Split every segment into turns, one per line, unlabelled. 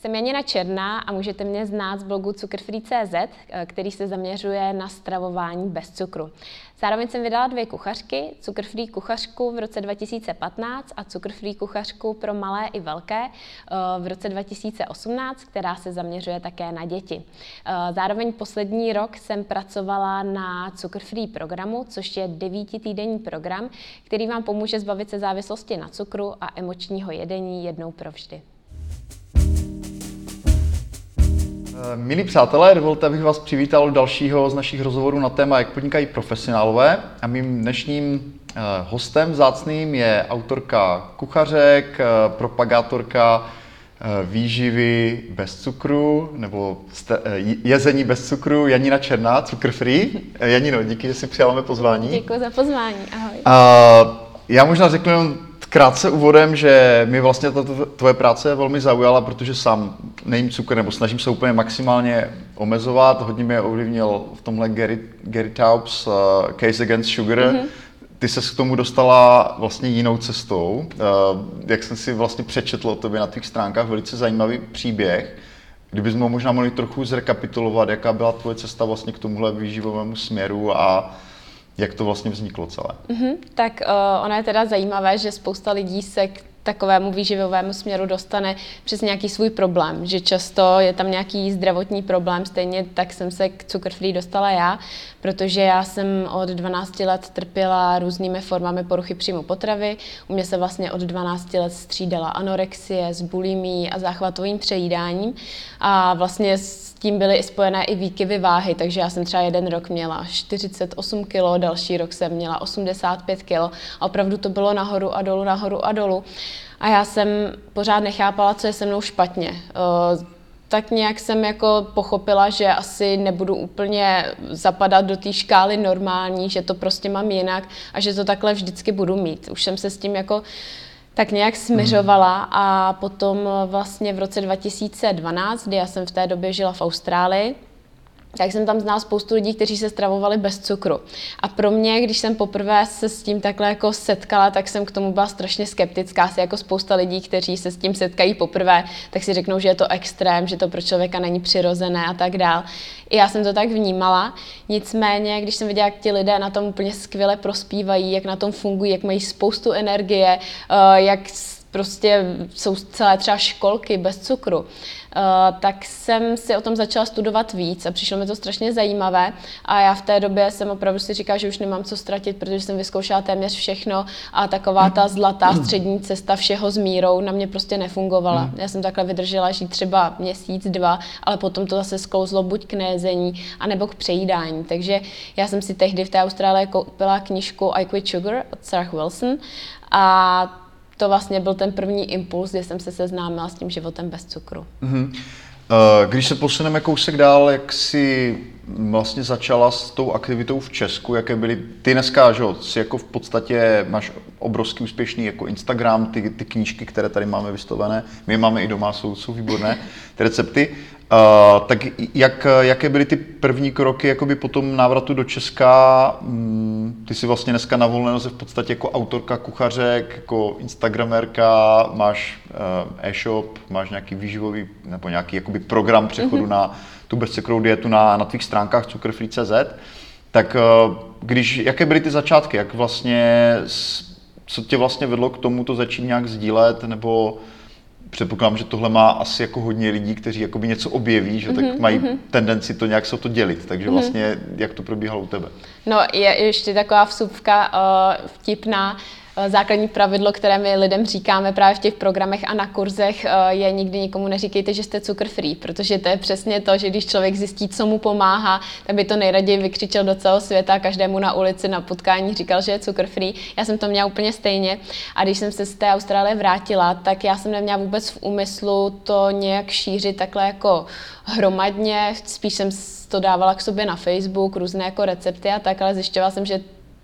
Jsem Janina Černá a můžete mě znát z blogu Cukrfree.cz, který se zaměřuje na stravování bez cukru. Zároveň jsem vydala 2 kuchařky, Cukrfree kuchařku v roce 2015 a Cukrfree kuchařku pro malé i velké v roce 2018, která se zaměřuje také na děti. Zároveň poslední rok jsem pracovala na Cukrfree programu, což je 9týdenní program, který vám pomůže zbavit se závislosti na cukru a emočního jedení jednou provždy.
Milí přátelé, dovolte, abych vás přivítal u dalšího z našich rozhovorů na téma, jak podnikají profesionálové. A mým dnešním hostem vzácným je autorka kuchařek, propagátorka výživy bez cukru, nebo jezení bez cukru, Janina Černá, Cukrfree. Janino, díky, že jsi přijala mé pozvání.
Děkuji za pozvání, ahoj.
Já možná řeknu jenom krátce úvodem, že mi vlastně tvoje práce velmi zaujala, protože sám nejím cukr, nebo snažím se úplně maximálně omezovat. Hodně mě ovlivnil v tomhle Gary Taubes Case Against Sugar. Mm-hmm. Ty ses k tomu dostala vlastně jinou cestou. Jak jsem si vlastně přečetl o tobě na tvých stránkách, velice zajímavý příběh. Kdybychom ho možná mohli trochu zrekapitulovat, jaká byla tvoje cesta vlastně k tomuhle výživovému směru a jak to vlastně vzniklo celé?
Tak ono je teda zajímavé, že spousta lidí se k takovému výživovému směru dostane přes nějaký svůj problém, že často je tam nějaký zdravotní problém, stejně tak jsem se k Cukrfree dostala já, protože já jsem od 12 let trpěla různými formami poruchy příjmu potravy. U mě se vlastně od 12 let střídala anorexie s bulimií a záchvatovým přejídáním a vlastně s tím byly i spojené i výkyvy váhy, takže já jsem třeba jeden rok měla 48 kg, další rok jsem měla 85 kg a opravdu to bylo nahoru a dolů, nahoru a dolů. A já jsem pořád nechápala, co je se mnou špatně. Tak nějak jsem jako pochopila, že asi nebudu úplně zapadat do té škály normální, že to prostě mám jinak a že to takhle vždycky budu mít. Už jsem se s tím jako tak nějak smiřovala a potom vlastně v roce 2012, kdy já jsem v té době žila v Austrálii, tak jsem tam znala spoustu lidí, kteří se stravovali bez cukru. A pro mě, když jsem poprvé se s tím takhle jako setkala, tak jsem k tomu byla strašně skeptická. Asi jako spousta lidí, kteří se s tím setkají poprvé, tak si řeknou, že je to extrém, že to pro člověka není přirozené a tak dál. I já jsem to tak vnímala. Nicméně, když jsem viděla, jak ti lidé na tom úplně skvěle prospívají, jak na tom fungují, jak mají spoustu energie, jak prostě jsou celé třeba školky bez cukru, tak jsem si o tom začala studovat víc a přišlo mi to strašně zajímavé a já v té době jsem opravdu si říkala, že už nemám co ztratit, protože jsem vyzkoušela téměř všechno a taková ta zlatá střední cesta všeho s mírou na mě prostě nefungovala. Já jsem takhle vydržela žít třeba měsíc, 2, ale potom to zase sklouzlo buď k nejezení, anebo k přejídání. Takže já jsem si tehdy v té Austrálii koupila knížku I Quit Sugar od Sarah Wilson a to vlastně byl ten první impuls, kdy jsem se seznámila s tím životem bez cukru.
Když se posuneme kousek dál, jak jsi vlastně začala s tou aktivitou v Česku, jaké byly, ty dneska, že jsi jako v podstatě máš obrovský úspěšný jako Instagram, ty knížky, které tady máme vystavené, my je máme i doma, jsou výborné, ty recepty. Tak jaké byly ty první kroky jakoby po tom návratu do Česka? Ty jsi vlastně dneska na volné noze v podstatě jako autorka kuchařek, jako instagramerka, máš e-shop, máš nějaký výživový nebo nějaký jakoby program přechodu na tu bezcukrovou dietu na tvých stránkách Cukrfree.cz. Tak jaké byly ty začátky? Jak vlastně, co tě vlastně vedlo k tomu to začít nějak sdílet, nebo předpokládám, že tohle má asi jako hodně lidí, kteří jakoby něco objeví, že tak mají tendenci to nějak se o to dělit, takže vlastně jak to probíhalo u tebe?
No je ještě taková vsuvka vtipná. Základní pravidlo, které my lidem říkáme právě v těch programech a na kurzech, je nikdy nikomu neříkejte, že jste cukrfree, protože to je přesně to, že když člověk zjistí, co mu pomáhá, tak by to nejraději vykřičel do celého světa a každému na ulici, na potkání říkal, že je cukrfree. Já jsem to měla úplně stejně a když jsem se z té Austrálie vrátila, tak já jsem neměla vůbec v úmyslu to nějak šířit takhle jako hromadně, spíš jsem to dávala k sobě na Facebook, různé jako recepty a tak, ale zjišťovala jsem, že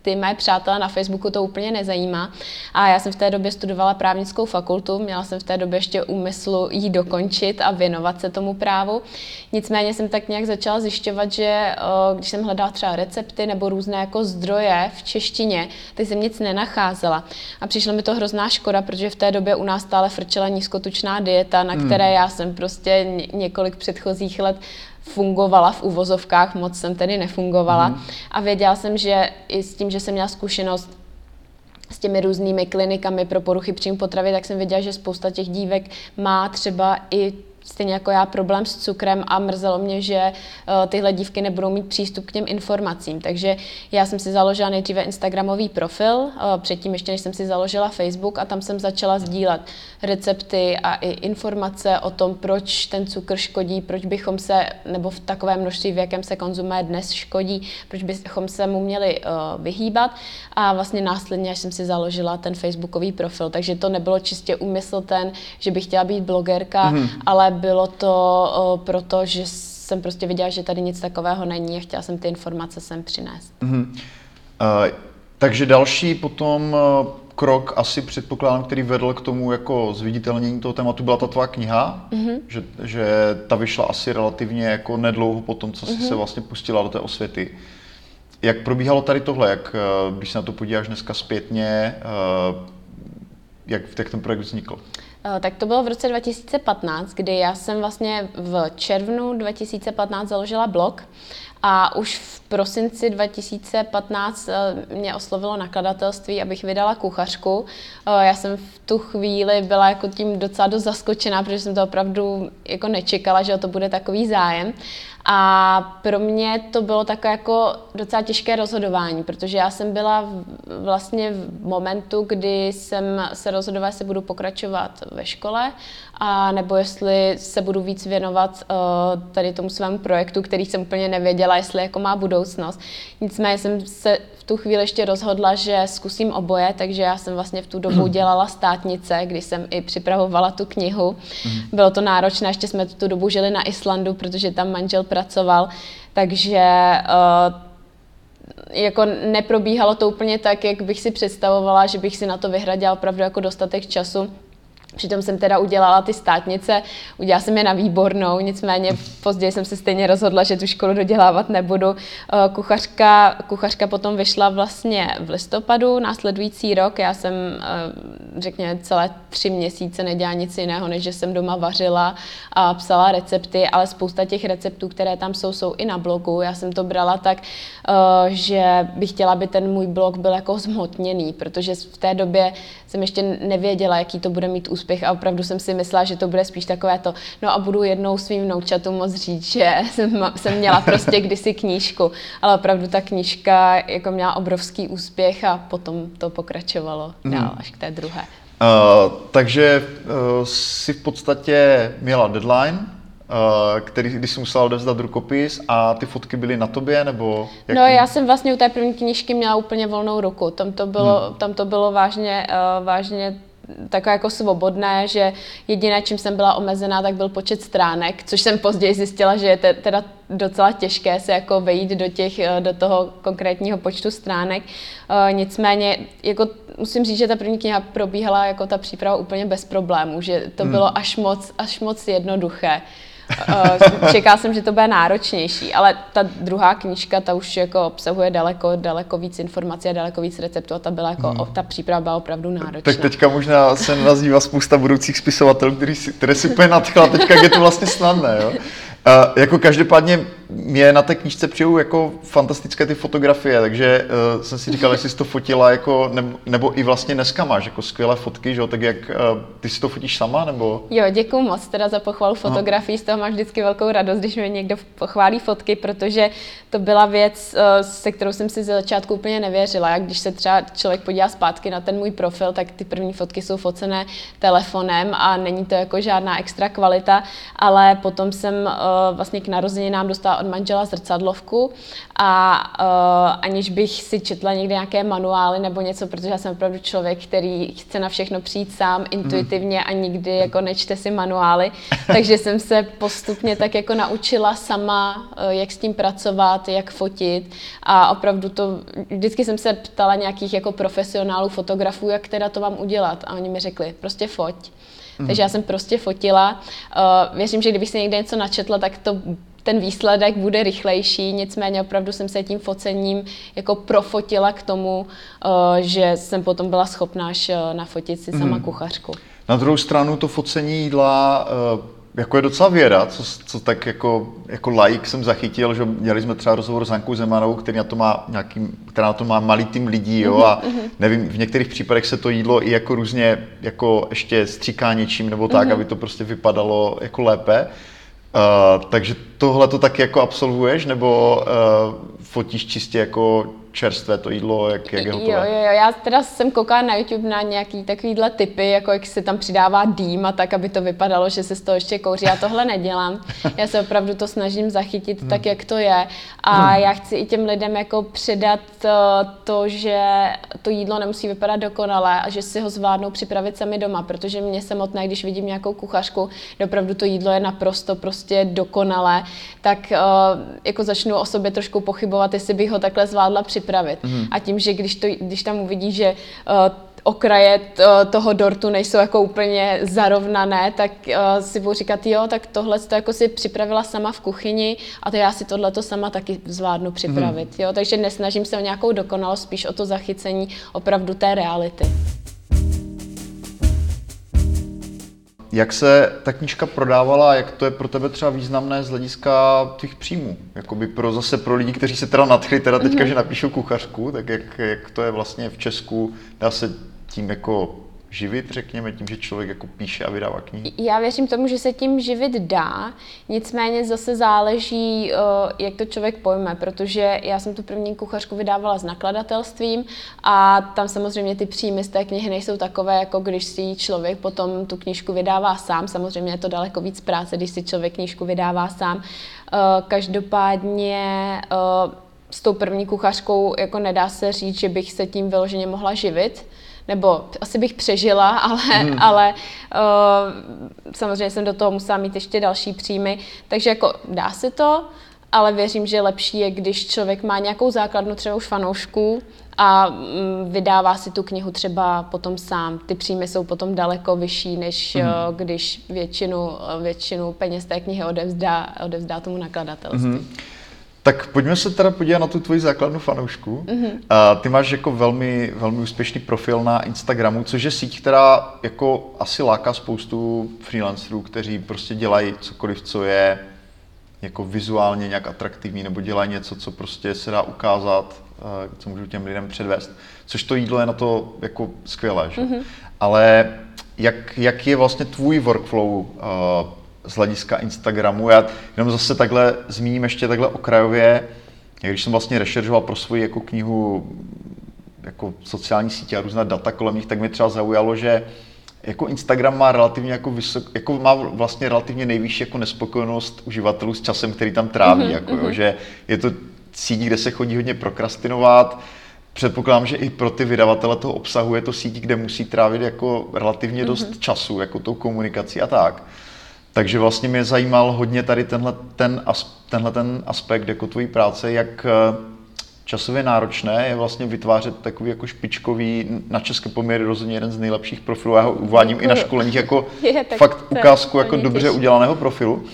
ty mé přátelé na Facebooku to úplně nezajímá. A já jsem v té době studovala právnickou fakultu, měla jsem v té době ještě úmyslu ji dokončit a věnovat se tomu právu. Nicméně jsem tak nějak začala zjišťovat, že když jsem hledala třeba recepty nebo různé jako zdroje v češtině, tak jsem nic nenacházela. A přišlo mi to hrozná škoda, protože v té době u nás stále frčela nízkotučná dieta, na které já jsem prostě několik předchozích let fungovala v uvozovkách, moc jsem tedy nefungovala. A věděla jsem, že i s tím, že jsem měla zkušenost s těmi různými klinikami pro poruchy příjmu potravy, tak jsem věděla, že spousta těch dívek má třeba i stejně jako já problém s cukrem a mrzelo mě, že tyhle dívky nebudou mít přístup k těm informacím. Takže já jsem si založila nejdříve Instagramový profil, předtím ještě než jsem si založila Facebook a tam jsem začala sdílet recepty a i informace o tom, proč ten cukr škodí, proč bychom se, nebo v takovém množství, v jakém se konzumuje dnes, škodí, proč bychom se mu měli vyhýbat. A vlastně následně, až jsem si založila ten Facebookový profil, takže to nebylo čistě úmysl ten, že bych chtěla být blogerka, ale bylo to proto, že jsem prostě viděla, že tady nic takového není a chtěla jsem ty informace sem přinést.
Takže další potom krok asi předpokládám, který vedl k tomu jako zviditelnění toho tématu, byla ta tvá kniha, že ta vyšla asi relativně jako nedlouho po tom, co jsi se vlastně pustila do té osvěty. Jak probíhalo tady tohle, když se na to podíváš dneska zpětně, jak ten projekt vznikl?
Tak to bylo v roce 2015, kdy já jsem vlastně v červnu 2015 založila blog a už v prosinci 2015 mě oslovilo nakladatelství, abych vydala kuchařku. Já jsem v tu chvíli byla jako tím docela dost zaskočená, protože jsem to opravdu jako nečekala, že o to bude takový zájem. A pro mě to bylo takové jako docela těžké rozhodování, protože já jsem byla vlastně v momentu, kdy jsem se rozhodovala, jestli budu pokračovat ve škole, a nebo jestli se budu víc věnovat tady tomu svému projektu, který jsem úplně nevěděla, jestli jako má budoucnost. Nicméně jsem se v tu chvíli ještě rozhodla, že zkusím oboje, takže já jsem vlastně v tu dobu dělala státnice, kdy jsem i připravovala tu knihu. Bylo to náročné, ještě jsme tu dobu žili na Islandu, protože tam manžel pracoval, takže jako neprobíhalo to úplně tak, jak bych si představovala, že bych si na to vyhradila opravdu jako dostatek času. Přitom jsem teda udělala ty státnice, udělala jsem je na výbornou, nicméně později jsem se stejně rozhodla, že tu školu dodělávat nebudu. Kuchařka potom vyšla vlastně v listopadu, následující rok. Já jsem, řekněme, celé 3 měsíce nedělala nic jiného, než že jsem doma vařila a psala recepty, ale spousta těch receptů, které tam jsou i na blogu. Já jsem to brala tak, že bych chtěla, aby ten můj blog byl jako zhmotněný, protože v té době jsem ještě nevěděla, jaký to bude mít úspěch a opravdu jsem si myslela, že to bude spíš takové to, no a budu jednou svým vnoučatům moc říct, že jsem měla prostě kdysi knížku, ale opravdu ta knížka jako měla obrovský úspěch a potom to pokračovalo dál až k té druhé.
Takže si v podstatě měla deadline, kdy jsi musela odevzdat rukopis a ty fotky byly na tobě, nebo? Jak...
No, já jsem vlastně u té první knížky měla úplně volnou ruku. Tam to bylo vážně takové jako svobodné, že jediné, čím jsem byla omezená, tak byl počet stránek, což jsem později zjistila, že je teda docela těžké se jako vejít do toho konkrétního počtu stránek. Nicméně, jako musím říct, že ta první kniha probíhala jako ta příprava úplně bez problémů, že to bylo až moc jednoduché. Čekala jsem, že to bude náročnější, ale ta druhá knížka, ta už jako obsahuje daleko víc informací a daleko víc receptů a ta byla jako, ta příprava byla opravdu náročná.
Tak teďka možná se nazývá spousta budoucích spisovatelů, které si úplně nadchla, teďka je to vlastně snadné, jo? Jako každopádně mě na té knížce přijou jako fantastické ty fotografie, takže jsem si říkal, jestli jsi to fotila jako, nebo i vlastně dneska máš jako skvělé fotky, že jo, tak jak ty si to fotíš sama, nebo?
Jo, děkuju moc teda za pochvalu fotografií, z toho máš vždycky velkou radost, když mi někdo pochválí fotky, protože to byla věc, se kterou jsem si ze začátku úplně nevěřila. Jak když se třeba člověk podívá zpátky na ten můj profil, tak ty první fotky jsou focené telefonem a není to jako žádná extra kvalita, ale potom jsem vlastně k narozeninám dostala od manžela manžela zrcadlovku a aniž bych si četla někde nějaké manuály nebo něco, protože já jsem opravdu člověk, který chce na všechno přijít sám intuitivně a nikdy jako nečte si manuály, takže jsem se postupně tak jako naučila sama, jak s tím pracovat, jak fotit a opravdu to, vždycky jsem se ptala nějakých jako profesionálů, fotografů, jak teda to mám udělat a oni mi řekli, prostě foť. Takže já jsem prostě fotila. Věřím, že kdybych si někde něco načetla, tak ten výsledek bude rychlejší, nicméně opravdu jsem se tím focením jako profotila k tomu, že jsem potom byla schopná až nafotit si sama kuchařku.
Na druhou stranu to focení jídla jako je docela věda, co tak jako laik jsem zachytil, že měli jsme třeba rozhovor s Hankou Zemanovou, která na to má malý tým lidí, jo, a nevím, v některých případech se to jídlo i jako různě jako ještě stříká něčím nebo tak, aby to prostě vypadalo jako lépe. Takže tohle to taky jako absolvuješ, nebo fotíš čistě jako čerstvé to jídlo, jak je hotové?
Jo, já teda jsem koukala na YouTube na nějaký takovýhle typy, jako jak se tam přidává dým a tak, aby to vypadalo, že se z toho ještě kouří. Já tohle nedělám. Já se opravdu to snažím zachytit tak, jak to je. A já chci i těm lidem jako předat to, že to jídlo nemusí vypadat dokonale a že si ho zvládnou připravit sami doma, protože mě samotné, když vidím nějakou kuchařku, kde opravdu to jídlo je naprosto prostě dokonalé, tak jako začnu o sobě trošku pochybovat, jestli bych ho takhle zvládla připravit. A tím, že když tam uvidí, že okraje toho dortu nejsou jako úplně zarovnané, tak si budu říkat, jo, tak tohle to jako si připravila sama v kuchyni a to já si tohleto sama taky zvládnu připravit. Jo? Takže nesnažím se o nějakou dokonalost, spíš o to zachycení opravdu té reality.
Jak se ta knížka prodávala a jak to je pro tebe třeba významné z hlediska tvých příjmů? Jakoby zase pro lidi, kteří se teda nadchli teda teďka, že napíšou kuchařku, tak jak to je vlastně v Česku, dá se tím jako živit, řekněme, tím, že člověk jako píše a vydává knihy?
Já věřím tomu, že se tím živit dá, nicméně zase záleží, jak to člověk pojme, protože já jsem tu první kuchařku vydávala s nakladatelstvím a tam samozřejmě ty příjmy z té knihy nejsou takové, jako když si člověk potom tu knížku vydává sám. Samozřejmě je to daleko víc práce, když si člověk knížku vydává sám. Každopádně s tou první kuchařkou jako nedá se říct, že bych se tím vyloženě mohla živit. Nebo asi bych přežila, ale samozřejmě jsem do toho musela mít ještě další příjmy. Takže jako dá se to, ale věřím, že lepší je, když člověk má nějakou základnu třeba už fanoušků a vydává si tu knihu třeba potom sám. Ty příjmy jsou potom daleko vyšší, než když většinu peněz té knihy odevzdá tomu nakladatelství.
Tak pojďme se teda podívat na tu tvoji základnu fanoušků. Ty máš jako velmi, velmi úspěšný profil na Instagramu, což je síť, která jako asi láká spoustu freelancerů, kteří prostě dělají cokoliv, co je jako vizuálně nějak atraktivní, nebo dělají něco, co prostě se dá ukázat, co můžu těm lidem předvést. Což to jídlo je na to jako skvělé, že? Ale jak je vlastně tvůj workflow z hlediska Instagramu? Já jenom zase takhle zmíním ještě takhle okrajově, když jsem vlastně rešeržoval pro svoji jako knihu jako sociální sítě a různá data kolem nich, tak mě třeba zaujalo, že jako Instagram má relativně má vlastně relativně nejvyšší jako nespokojenost uživatelů s časem, který tam tráví, že je to síť, kde se chodí hodně prokrastinovat. Předpokládám, že i pro ty vydavatele toho obsahu je to síť, kde musí trávit jako relativně dost času, jako tou komunikací a tak. Takže vlastně mě zajímal hodně tady tenhle ten aspekt jako tvojí práce, jak časově náročné je vlastně vytvářet takový jako špičkový, na české poměry rozhodně jeden z nejlepších profilů. Já ho uvádím i na školeních jako fakt ukázku jako dobře udělaného profilu.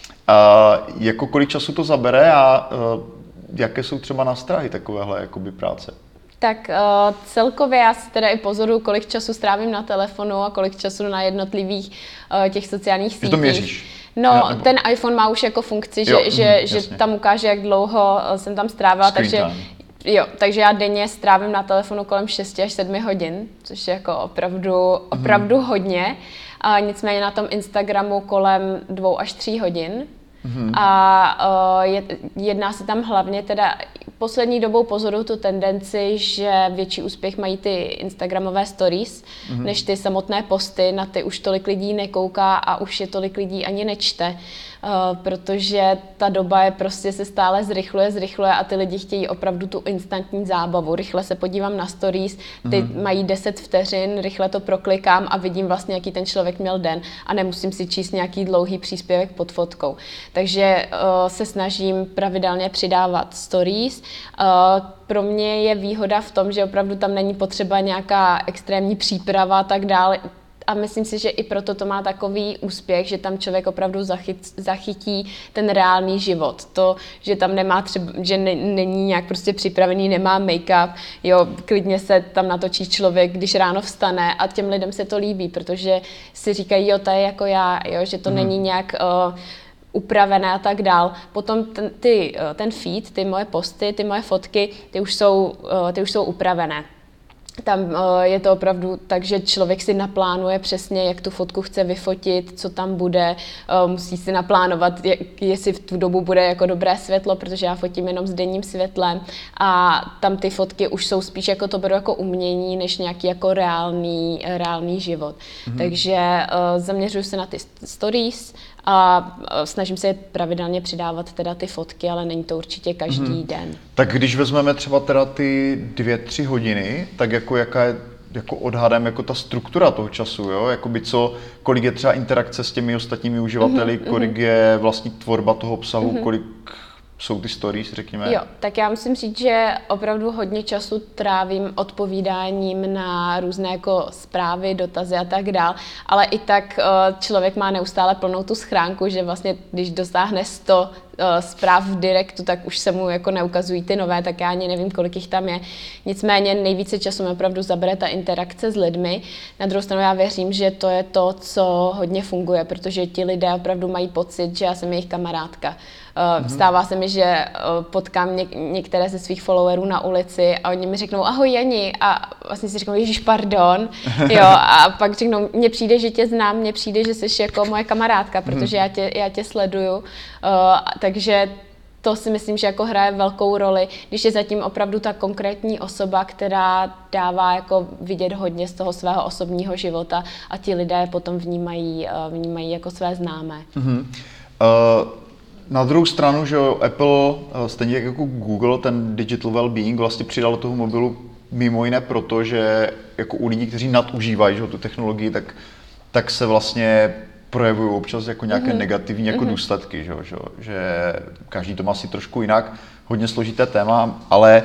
Jako kolik času to zabere a jaké jsou třeba nástrahy takovéhle jakoby práce?
Tak celkově já si teda i pozoruju, kolik času strávím na telefonu a kolik času na jednotlivých těch sociálních sítích.
Že to měříš?
No, ten iPhone má už jako funkci, že tam ukáže, jak dlouho jsem tam strávila, takže já denně strávím na telefonu kolem 6 až 7 hodin, což je jako opravdu hodně. Nicméně na tom Instagramu kolem 2 až 3 hodin. A jedná se tam hlavně teda, poslední dobou pozoruju tu tendenci, že větší úspěch mají ty instagramové stories, než ty samotné posty, na ty už tolik lidí nekouká a už je tolik lidí ani nečte. protože ta doba je prostě se stále zrychluje a ty lidi chtějí opravdu tu instantní zábavu. Rychle se podívám na stories, ty mají 10 vteřin, rychle to proklikám a vidím vlastně, jaký ten člověk měl den a nemusím si číst nějaký dlouhý příspěvek pod fotkou. Takže se snažím pravidelně přidávat stories. Pro mě je výhoda v tom, že opravdu tam není potřeba nějaká extrémní příprava a tak dále. A myslím si, že i proto to má takový úspěch, že tam člověk opravdu zachytí ten reálný život. To, že tam nemá třeba, že není nějak prostě připravený, nemá make-up, jo, klidně se tam natočí člověk, když ráno vstane a těm lidem se to líbí, protože si říkají, jo, to je jako já, jo, že to není nějak upravené a tak dál. Potom ten feed, ty moje posty, ty moje fotky, ty už jsou upravené. Tam je to opravdu tak, že člověk si naplánuje přesně, jak tu fotku chce vyfotit, co tam bude, musí si naplánovat, jestli v tu dobu bude jako dobré světlo, protože já fotím jenom s denním světlem a tam ty fotky už jsou spíš jako to beru jako umění, než nějaký jako reálný život. Takže zaměřuju se na ty stories a snažím se je pravidelně přidávat teda ty fotky, ale není to určitě každý den.
Tak když vezmeme třeba teda ty 2-3 hodiny, tak jako jaká je jako odhadem jako ta struktura toho času, jo? Jakoby kolik je třeba interakce s těmi ostatními uživateli, kolik je vlastně tvorba toho obsahu, kolik jsou ty stories, řekněme?
Jo, tak já musím říct, že opravdu hodně času trávím odpovídáním na různé jako zprávy, dotazy a tak dál, ale i tak člověk má neustále plnou tu schránku, že vlastně když dosáhne 100 zpráv v direktu, tak už se mu jako neukazují ty nové, tak já ani nevím, kolik jich tam je. Nicméně nejvíce času mi opravdu zabere ta interakce s lidmi. Na druhou stranu já věřím, že to je to, co hodně funguje, protože ti lidé opravdu mají pocit, že já jsem jejich kamarádka. Stává se mi, že potkám některé ze svých followerů na ulici a oni mi řeknou ahoj Jani a vlastně si řeknou ježiš pardon, jo, a pak řeknou mně přijde, že tě znám, mně přijde, že jsi jako moje kamarádka, protože já tě sleduju, takže to si myslím, že jako hraje velkou roli, když je zatím opravdu ta konkrétní osoba, která dává jako vidět hodně z toho svého osobního života a ti lidé potom vnímají jako své známé.
Na druhou stranu, že Apple, stejně jako Google, ten digital well-being vlastně přidal do toho mobilu mimo jiné proto, že jako u lidí, kteří nadužívají tu technologii, tak se vlastně projevují občas jako nějaké negativní jako důsledky, že každý to má asi trošku jinak, hodně složité téma, ale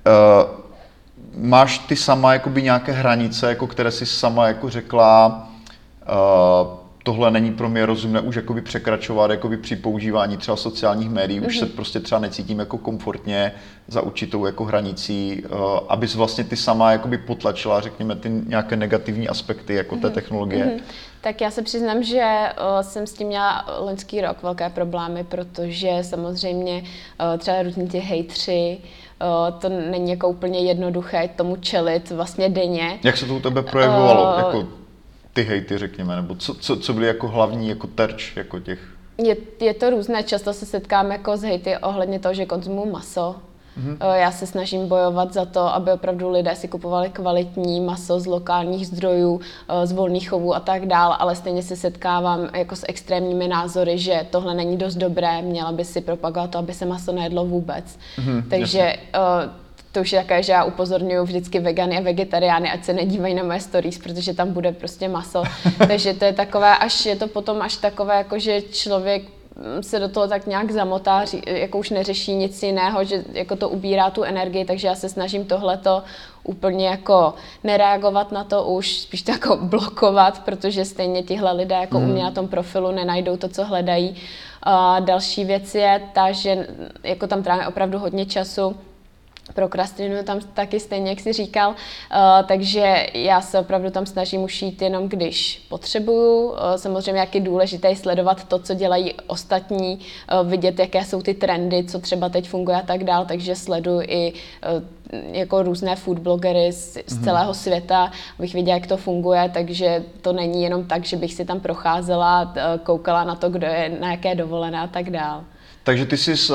máš ty sama jakoby nějaké hranice, jako které jsi sama jako řekla, tohle není pro mě rozumné už jakoby překračovat jakoby při používání třeba sociálních médií, už se prostě třeba necítím jako komfortně za určitou jako hranicí, abys vlastně ty sama jakoby potlačila, řekněme, ty nějaké negativní aspekty jako té technologie.
Tak já se přiznám, že jsem s tím měla loňský rok velké problémy, protože samozřejmě třeba různí ti hejtři, to není jako úplně jednoduché tomu čelit vlastně denně.
Jak se to u tebe projevovalo? Jako ty hejty, řekněme, nebo co byly jako hlavní jako terč jako těch?
Je to různé, často se setkám jako s hejty ohledně toho, že konzumuju maso. Já se snažím bojovat za to, aby opravdu lidé si kupovali kvalitní maso z lokálních zdrojů, z volných chovů a tak dál, ale stejně se setkávám jako s extrémními názory, že tohle není dost dobré, měla by si propagovat to, aby se maso nejedlo vůbec. Takže to už je také, že já upozorňuji vždycky vegany a vegetariány, ať se nedívají na moje stories, protože tam bude prostě maso. Takže to je takové, je to potom až takové, jako že člověk se do toho tak nějak zamotá, jako už neřeší nic jiného, že jako to ubírá tu energii, takže já se snažím tohleto úplně jako nereagovat na to už, spíš to jako blokovat, protože stejně tihle lidé jako u mě na tom profilu nenajdou to, co hledají. A další věc je ta, že jako tam trávím opravdu hodně času, prokrastinuju tam taky stejně, jak jsi říkal, takže já se opravdu tam snažím už jít jenom, když potřebuju. Samozřejmě, jak je důležité sledovat to, co dělají ostatní, vidět, jaké jsou ty trendy, co třeba teď funguje a tak dál, takže sleduju i jako různé food blogery z celého světa, abych viděla, jak to funguje, takže to není jenom tak, že bych si tam procházela, koukala na to, kdo je na jaké dovolené a tak dál.
Takže ty jsi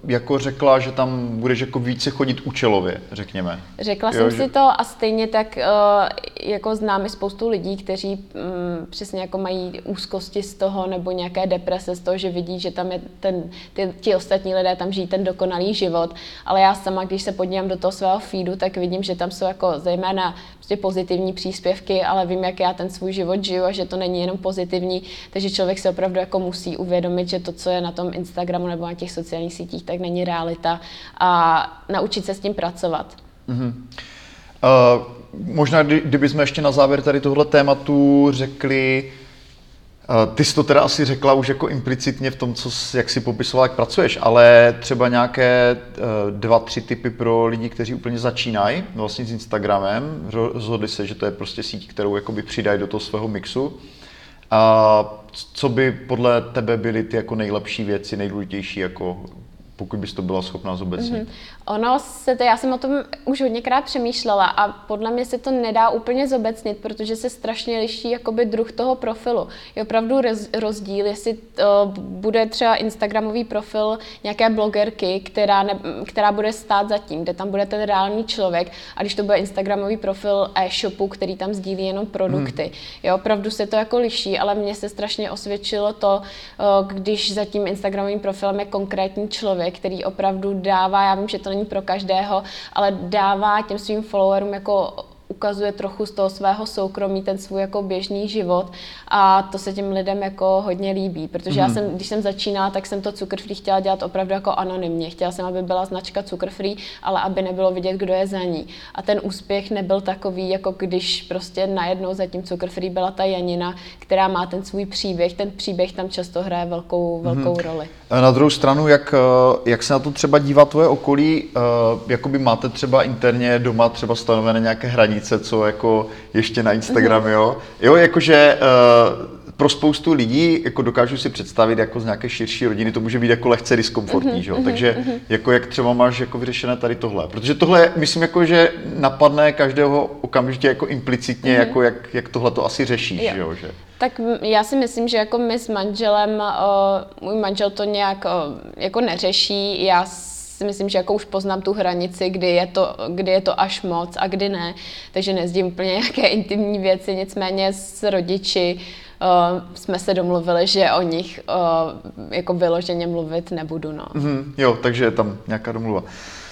jako řekla, že tam budeš jako více chodit účelově, řekněme.
Řekla jsem si to a stejně tak jako znám i spoustu lidí, kteří přesně jako mají úzkosti z toho nebo nějaké deprese z toho, že vidí, že tam je ti ostatní lidé tam žijí ten dokonalý život, ale já sama, když se podívám do toho svého feedu, tak vidím, že tam jsou jako zejména prostě pozitivní příspěvky, ale vím, jak já ten svůj život žiju a že to není jenom pozitivní, takže člověk se opravdu jako musí uvědomit, že to, co je na tom Instagramu nebo na těch sociálních sítích, tak není realita a naučit se s tím pracovat.
Mm-hmm. Možná, kdybychom ještě na závěr tady tohle tématu řekli, ty jsi to teda asi řekla už jako implicitně v tom, jak jsi popisovala, jak pracuješ, ale třeba nějaké 2-3 tipy pro lidi, kteří úplně začínají vlastně s Instagramem, rozhodli se, že to je prostě síť, kterou jakoby přidají do toho svého mixu. A co by podle tebe byly ty jako nejlepší věci, nejdůležitější, jako pokud bys to byla schopná zobecnit?
Já jsem o tom už hodněkrát přemýšlela a podle mě se to nedá úplně zobecnit, protože se strašně liší jakoby druh toho profilu. Je opravdu rozdíl, jestli bude třeba instagramový profil nějaké blogerky, která bude stát za tím, kde tam bude ten reálný člověk, a když to bude instagramový profil e-shopu, který tam sdílí jenom produkty. Jo, opravdu se to jako liší, ale mně se strašně osvědčilo to, když za tím instagramovým profilem je konkrétní člověk, který opravdu dává, já vím, že to není pro každého, ale dává těm svým followerům jako ukazuje trochu z toho svého soukromí, ten svůj jako běžný život a to se těm lidem jako hodně líbí, protože já jsem, když jsem začínala, tak jsem to Cukrfree chtěla dělat opravdu jako anonymně. Chtěla jsem, aby byla značka Cukrfree, ale aby nebylo vidět, kdo je za ní. A ten úspěch nebyl takový, jako když prostě najednou za tím Cukrfree byla ta Janina, která má ten svůj příběh. Ten příběh tam často hraje velkou roli.
Na druhou stranu, jak se na to třeba dívá tvoje okolí, jakoby máte třeba interně doma třeba stanovené nějaké hranice, co jako ještě na Instagramu, jo? Jo, jakože pro spoustu lidí, jako dokážu si představit, jako z nějaké širší rodiny, to může být jako lehce diskomfortní, jo? Takže jako jak třeba máš jako vyřešené tady tohle, protože tohle, myslím, jako, že napadne každého okamžitě jako implicitně, jako jak tohle to asi řešíš, jo? Že?
Tak já si myslím, že jako my s manželem, můj manžel to nějak jako neřeší, já si myslím, že jako už poznám tu hranici, kdy je to až moc a kdy ne, takže nezdím úplně nějaké intimní věci, nicméně s rodiči jsme se domluvili, že o nich jako vyloženě mluvit nebudu, no.
Jo, takže je tam nějaká domluva.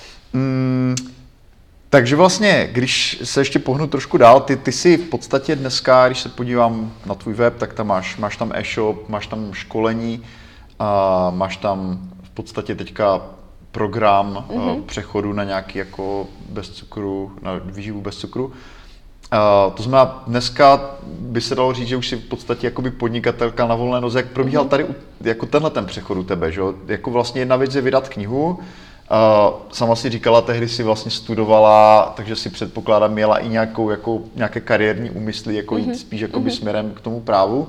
Takže vlastně, když se ještě pohnu trošku dál, ty si v podstatě dneska, když se podívám na tvůj web, tak tam máš tam e-shop, máš tam školení, a máš tam v podstatě teďka program přechodu na nějaký jako bez cukru, na výživu bez cukru. To znamená, dneska by se dalo říct, že už jsi v podstatě jakoby podnikatelka na volné noze. Jak probíhal tady jako tenhle ten přechod u tebe, že? Jako vlastně jedna věc je vydat knihu, sama si říkala, tehdy si vlastně studovala, takže si předpokládám, měla i nějaké kariérní úmysly, jako jít spíš jakoby směrem k tomu právu.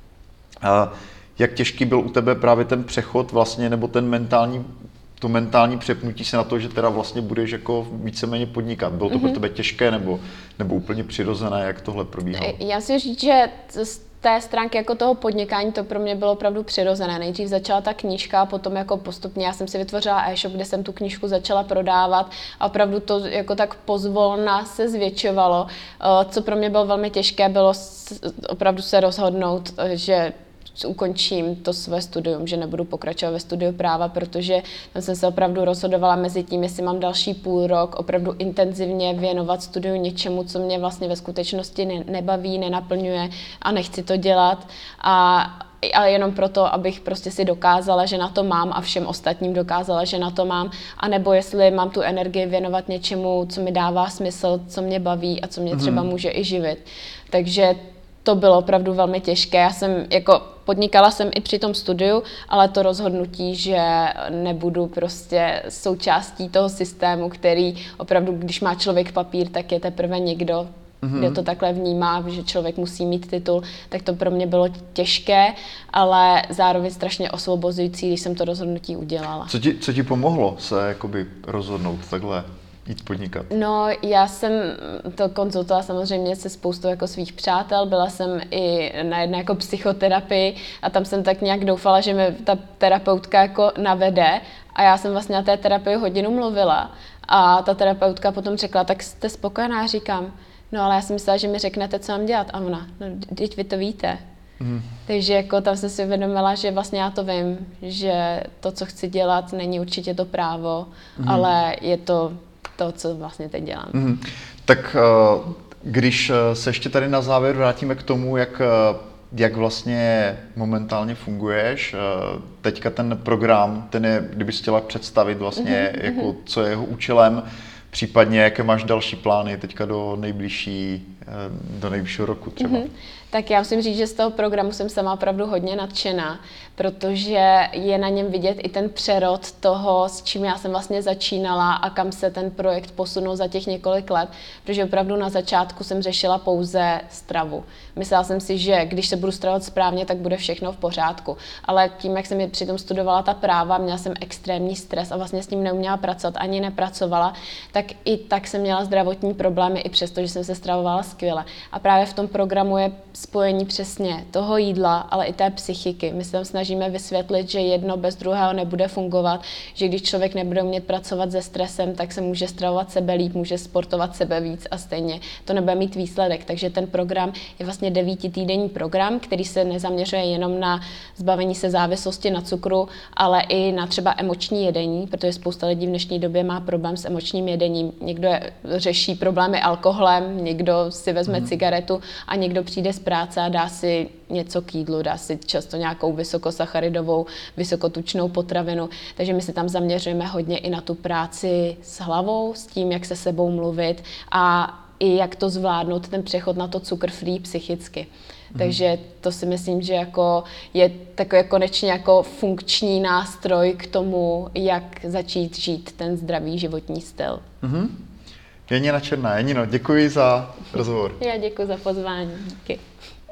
Jak těžký byl u tebe právě ten přechod vlastně, nebo to mentální přepnutí se na to, že teda vlastně budeš jako víceméně podnikat. Bylo to pro tebe těžké nebo úplně přirozené, jak tohle probíhalo?
Já si říct, že z té stránky jako toho podnikání to pro mě bylo opravdu přirozené. Nejdřív začala ta knížka a potom jako postupně já jsem si vytvořila e-shop, kde jsem tu knížku začala prodávat a opravdu to jako tak pozvolna se zvětšovalo. Co pro mě bylo velmi těžké, bylo opravdu se rozhodnout, že ukončím to své studium, že nebudu pokračovat ve studiu práva, protože tam jsem se opravdu rozhodovala mezi tím, jestli mám další půl rok opravdu intenzivně věnovat studiu něčemu, co mě vlastně ve skutečnosti nebaví, nenaplňuje a nechci to dělat. Ale jenom proto, abych prostě si dokázala, že na to mám a všem ostatním dokázala, že na to mám, anebo jestli mám tu energii věnovat něčemu, co mi dává smysl, co mě baví a co mě třeba může i živit. Takže to bylo opravdu velmi těžké. Podnikala jsem i při tom studiu, ale to rozhodnutí, že nebudu prostě součástí toho systému, který opravdu, když má člověk papír, tak je teprve někdo, kdo to takhle vnímá, že člověk musí mít titul, tak to pro mě bylo těžké, ale zároveň strašně osvobozující, když jsem to rozhodnutí udělala.
Co ti pomohlo se jakoby rozhodnout takhle jít podnikat?
No, já jsem to konzultovala samozřejmě se spoustou jako svých přátel, byla jsem i na jedné jako psychoterapii a tam jsem tak nějak doufala, že mě ta terapeutka jako navede A já jsem vlastně na té terapii hodinu mluvila a ta terapeutka potom řekla, tak jste spokojená? A říkám, no ale já jsem myslela, že mi řeknete, co mám dělat. A ona, no teď vy to víte. Takže jako tam jsem si uvědomila, že vlastně já to vím, že to, co chci dělat, není určitě to právo, ale je to, co vlastně teď dělám.
Tak když se ještě tady na závěr vrátíme k tomu, jak vlastně momentálně funguješ, teďka ten program, ten je, kdybys chtěla představit vlastně, jako, co je jeho účelem, případně jaké máš další plány teďka do nejbližšího roku třeba.
Tak já musím říct, že z toho programu jsem sama opravdu hodně nadšená, protože je na něm vidět i ten přerod toho, s čím já jsem vlastně začínala a kam se ten projekt posunul za těch několik let, protože opravdu na začátku jsem řešila pouze stravu. Myslela jsem si, že když se budu stravovat správně, tak bude všechno v pořádku. Ale tím, jak jsem přitom studovala ta práva, měla jsem extrémní stres a vlastně s tím neuměla pracovat, ani nepracovala, tak i tak jsem měla zdravotní problémy, i přesto, že jsem se stravovala skvěle. A právě v tom programu je spojení přesně toho jídla, ale i té psychiky. My se tam snažíme vysvětlit, že jedno bez druhého nebude fungovat, že když člověk nebude umět pracovat se stresem, tak se může stravovat sebe líp, může sportovat sebe víc a stejně to nebude mít výsledek. Takže ten program je vlastně 9týdenní program, který se nezaměřuje jenom na zbavení se závislosti na cukru, ale i na třeba emoční jedení, protože spousta lidí v dnešní době má problém s emočním jedením. Někdo řeší problémy alkoholem, někdo si vezme cigaretu a někdo přijde z práce a dá si něco k jídlu, dá si často nějakou vysokosacharidovou, vysokotučnou potravinu. Takže my se tam zaměřujeme hodně i na tu práci s hlavou, s tím, jak se sebou mluvit a i jak to zvládnout, ten přechod na to cukr-free psychicky. Takže to si myslím, že jako je takový konečně jako funkční nástroj k tomu, jak začít žít ten zdravý životní styl.
Janina Černá. Janino, děkuji za rozhovor.
Já děkuji za pozvání. Díky.